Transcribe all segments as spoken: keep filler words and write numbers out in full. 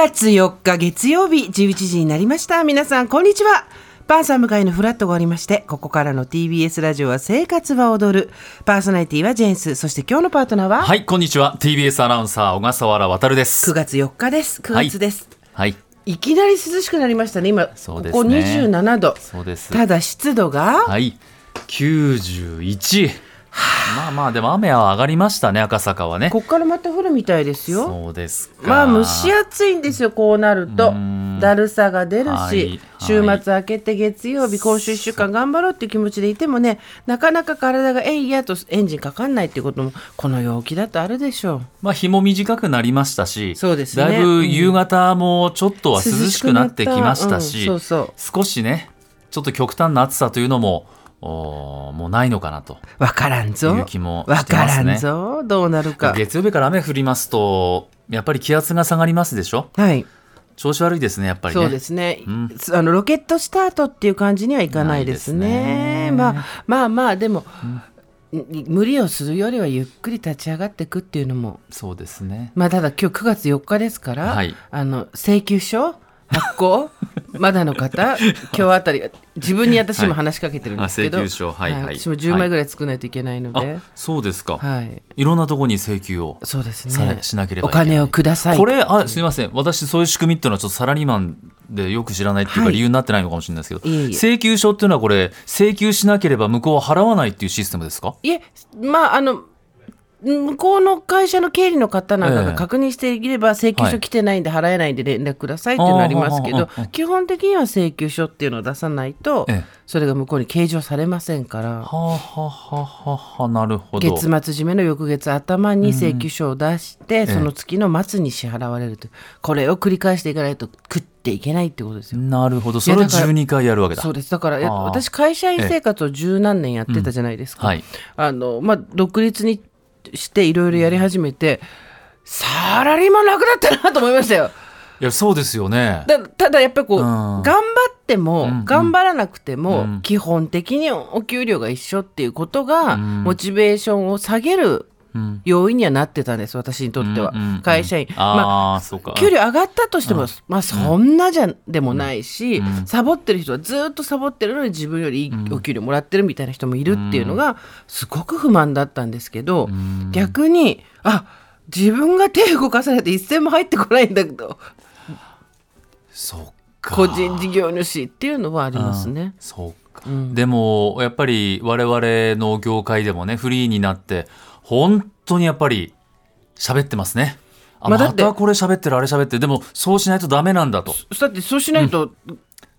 がつよっか月曜日じゅういちじになりました。皆さんこんにちは。パンサー向かいのフラットがありまして、ここからの ティービーエス ラジオは生活は踊る。パーソナリティはジェーンス、そして今日のパートナーは、 はい、こんにちは。 ティービーエス アナウンサー小笠原渉です。 くがつよっかです。くがつです、 はい、はい、 いきなり涼しくなりましたね。今そうですね、 ここにじゅうななど。 そうです。 ただ湿度が、 はい、きゅうじゅういち。まあまあでも雨は上がりましたね、赤坂はね。 こっからまた降るみたいですよ。 そうですか。 まあ蒸し暑いんですよ。こうなるとだるさが出るし、 はい、 週末明けて月曜日、今週いっしゅうかん頑張ろうっていう気持ちでいてもね、なかなか体がえいやとエンジンかかんないっていうこともこの陽気だとあるでしょう。 まあ日も短くなりましたし、 そうですね、 だいぶ夕方もちょっとは涼しくなってきましたし、 うんうん、そうそう、 少しねちょっと極端な暑さというのももうないのかなとわからんぞ、 いう気もしてますね。 わからんぞ、どうなるか。 月曜日から雨降りますとやっぱり気圧が下がりますでしょ。 はい、 調子悪いですね、やっぱりね。 そうですね、 うん、 あのロケットスタートっていう感じにはいかないですね。 ないですね。 まあまあまあでも、うん、無理をするよりはゆっくり立ち上がっていくっていうのも、 そうですね。 まあただ今日くがつよっかですから、 はい、 あの請求書発行まだの方、今日あたり自分に私も話しかけてるんですけど、 はい、請求書、はいはい、 私もじゅうまいぐらい作らないといけないので、はい、 そうですか、 はい、 いろんなところに請求をそうですね、 しなければいけない。 お金をください。 これあすみません、私そういう仕組みっていうのはちょっとサラリーマンでよく知らないっていうか、理由になってないのかもしれないですけど、 いえいえ、 請求書っていうのはこれ請求しなければ向こうは払わないっていうシステムですか。 いえ、まああの向こうの会社の経理の方なんかが確認していれば、請求書来てないんで払えないんで連絡くださいっていうのありますけど、基本的には請求書っていうのを出さないと、それが向こうに計上されませんから。はあはははは、なるほど。 月末締めの翌月頭に請求書を出して、うん、その月の末に支払われるという、これを繰り返していかないと食っていけないってことですよ。 なるほど、それをじゅうにかいやるわけだ。 そうです。だから私会社員生活を十何年やってたじゃないですか、うん、はい、あのまあ、独立にしていろいろやり始めて、サラリーマン楽だったなと思いましたよ。 いやそうですよね。 だただやっぱりこう、うん、頑張っても、 うんうん、 頑張らなくても、うん、基本的にお給料が一緒っていうことが、うん、モチベーションを下げる要因にはなってたんです、私にとっては、うんうんうん、会社員、まあ、そうか、給料上がったとしても、うん、まあ、そんなじゃでもないし、うん、サボってる人はずっとサボってるのに自分よりいいお給料もらってるみたいな人もいるっていうのがすごく不満だったんですけど、うん、逆にあ自分が手を動かされて一銭も入ってこないんだけど、 そうか、 個人事業主っていうのはありますね、 うん、そうか、うん、でもやっぱり我々の業界でもねフリーになって本当にやっぱり喋ってますね。あ、まあ、またこれ喋ってるあれ喋ってる、でもそうしないとダメなんだと。 だってそうしないと、うん、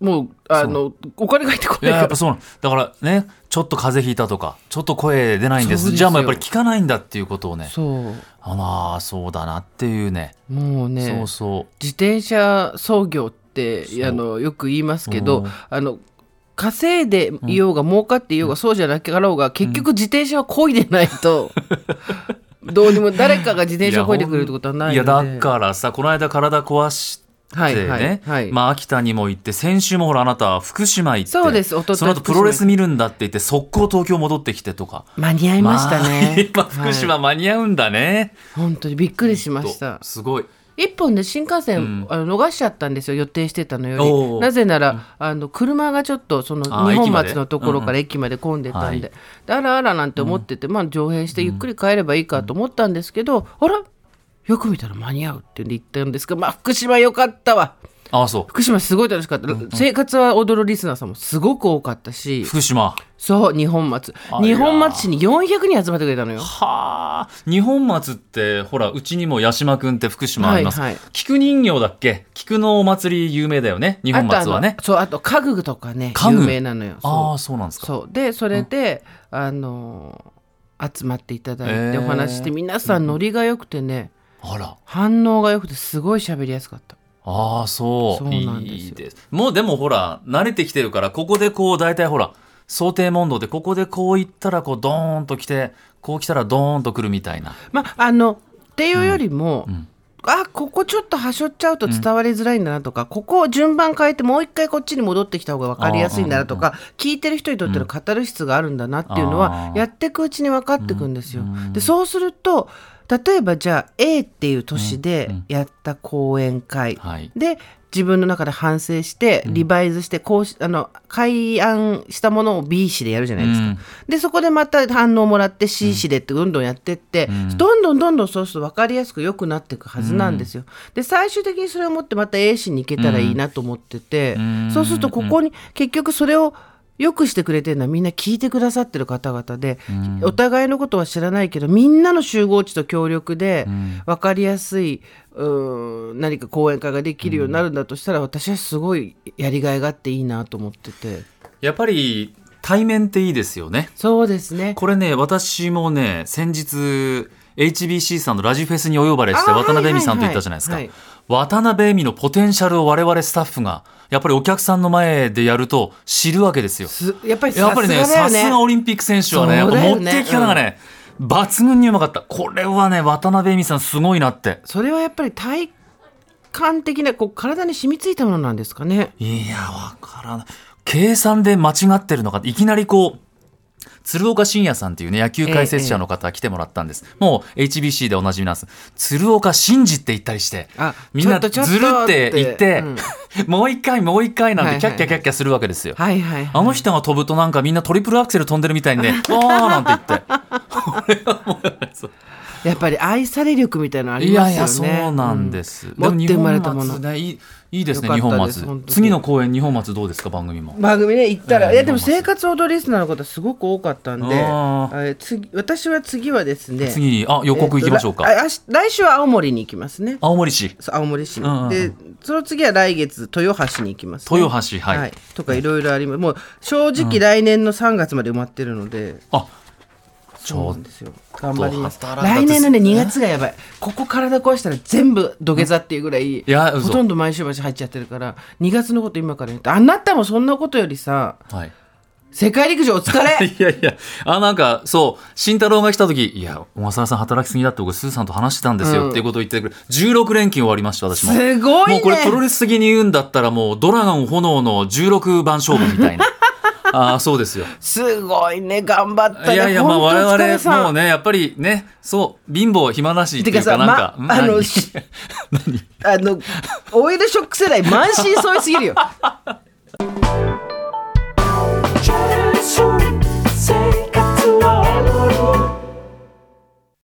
もうあのお金が入ってこないから。いややっぱそうなの。だからね、ちょっと風邪ひいたとかちょっと声出ないんです、じゃあもうやっぱり聞かないんだっていうことをね、 そうあまあそうだなっていうね。 もうね、 そうそう、 自転車操業ってあのよく言いますけど、あの稼いでいようが、うん、儲かっていようが、そうじゃなかろうが、結局自転車は漕いでないと、うん、どうにも誰かが自転車漕いでくれるってことはないので。 いやだからさ、この間体壊してね、はいはいはい、まあ、秋田にも行って、先週もほらあなた福島行って、 そうです、 その後プロレス見るんだって言って速攻東京戻ってきてとか、 間に合いましたね、 まあ、福島間に合うんだね、 はい、本当にびっくりしました。 すごい、 一本で新幹線、うん、あの逃しちゃったんですよ、予定してたのより。なぜなら、うん、あの車がちょっとその二本松のところから駅まで混んでたんで、うんうん、であらあらなんて思ってて、うん、まあ、上辺してゆっくり帰ればいいかと思ったんですけど、うん、あらよく見たら間に合うって言ったんですが、まあ、福島よかったわ。 ああ、そう、 福島すごい楽しかった、うんうん、生活は踊るリスナーさんもすごく多かったし、 福島、 そう、二本松二本松市によんひゃくにん集まってくれたのよ。 はあ、二本松ってほらうちにも八島くんって福島あります、はいはい、菊人形だっけ、菊のお祭り有名だよね、二本松はね。 あとそう、あと家具とかね有名なのよ。 ああ、そうなんですか。 そうで、それで、うん、あのー、集まっていただいてお話して、皆さんノリが良くてね、うん、あら反応が良くてすごい喋りやすかった。 ああ、そう、 そうなんですよ。 いいです。もうでもほら慣れてきてるから、ここでこう大体ほら想定問答で、ここでこう言ったらこうドーンと来て、こう来たらドーンと来るみたいな、 まあ、あのっていうよりも、うんうん、 あここちょっとはしょっちゃうと伝わりづらいんだなとか、うん、ここを順番変えてもう一回こっちに戻ってきた方が分かりやすいんだなとか、うんうん、聞いてる人にとってのカタルシスがあるんだなっていうのは、うん、やっていくうちに分かっていくんですよ、うん、でそうすると例えばじゃあ A っていう年でやった講演会、うんうん、で自分の中で反省してリバイズしてこうしあの改案したものを B 誌でやるじゃないですか、うん、でそこでまた反応をもらって C 誌でってどんどんやってって、うん、どんどんどんどんそうすると分かりやすく良くなっていくはずなんですよ、うん、で最終的にそれを持ってまた A 誌に行けたらいいなと思ってて、うん、そうするとここに結局それをよくしてくれてるのはみんな聞いてくださってる方々で、うん、お互いのことは知らないけどみんなの集合値と協力で分かりやすい、うん、何か講演会ができるようになるんだとしたら、うん、私はすごいやりがいがあっていいなと思ってて、 やっぱり対面っていいですよね。 そうですね。これね私もね先日 エイチビーシー さんのラジフェスにお呼ばれして渡辺恵美さんと言ったじゃないですか、はいはいはい、渡辺恵美のポテンシャルを我々スタッフがやっぱりお客さんの前でやると知るわけですよ。 やっぱりさすがだよね。 やっぱりね、さすがオリンピック選手はね、やっぱ持っていき方がね、うん、抜群にうまかった。これはね渡辺恵美さんすごいなって。 それはやっぱり体感的なこう体に染みついたものなんですかね。 いやわからない。計算で間違ってるのか、いきなりこう鶴岡慎也さんっていうね野球解説者の方来てもらったんです、ええ、もう エイチビーシー でおなじみなんです。鶴岡慎二って言ったりしてみんなずるって言って、うん、もう一回もう一回なんてキャッキャキャッキャするわけですよ、 はいはいはい、 あの人が飛ぶとなんかみんなトリプルアクセル飛んでるみたいにねわーなんて言ってこれはもうやっぱり愛され力みたいなのありますよね。いやいやそうなんです、うん、 持って生まれたもの、 ね、いいいいですね。日本松次の公演日本松どうですか。番組も番組ね行ったら、えー、いやでも生活踊りリスナーの方すごく多かったんで、ああ次私は次はですね次にあ予告行きましょうか、 えー、来週は青森に行きますね。 青森市青森市、うんうん、でその次は来月豊橋に行きます、 ね、豊橋、はいはい、 とかいろいろあります。もう正直来年のさんがつまで埋まってるので、うん、あそうなんですよ。頑張ります。来年のねにがつがやばい。ここ体壊したら全部土下座っていうぐらい、いやほとんど毎週橋入っちゃってるからにがつのこと今から言って、あなたもそんなことよりさ、はい、世界陸上お疲れいやいやあなんかそう慎太郎が来た時いや小笠原さん働きすぎだって僕スーさんと話してたんですよ、うん、っていうことを言ってくるじゅうろく連勤終わりました。私もすごいね。 もうこれプロレス的に言うんだったらもうドラゴン炎のじゅうろくばん勝負みたいなあそうですよ。 すごいね頑張ったね。 いやいやまあ我々もうねやっぱりねそう貧乏暇なしっていうかなんか、 ま、あのあのオイルショック世代満身創痍すぎるよ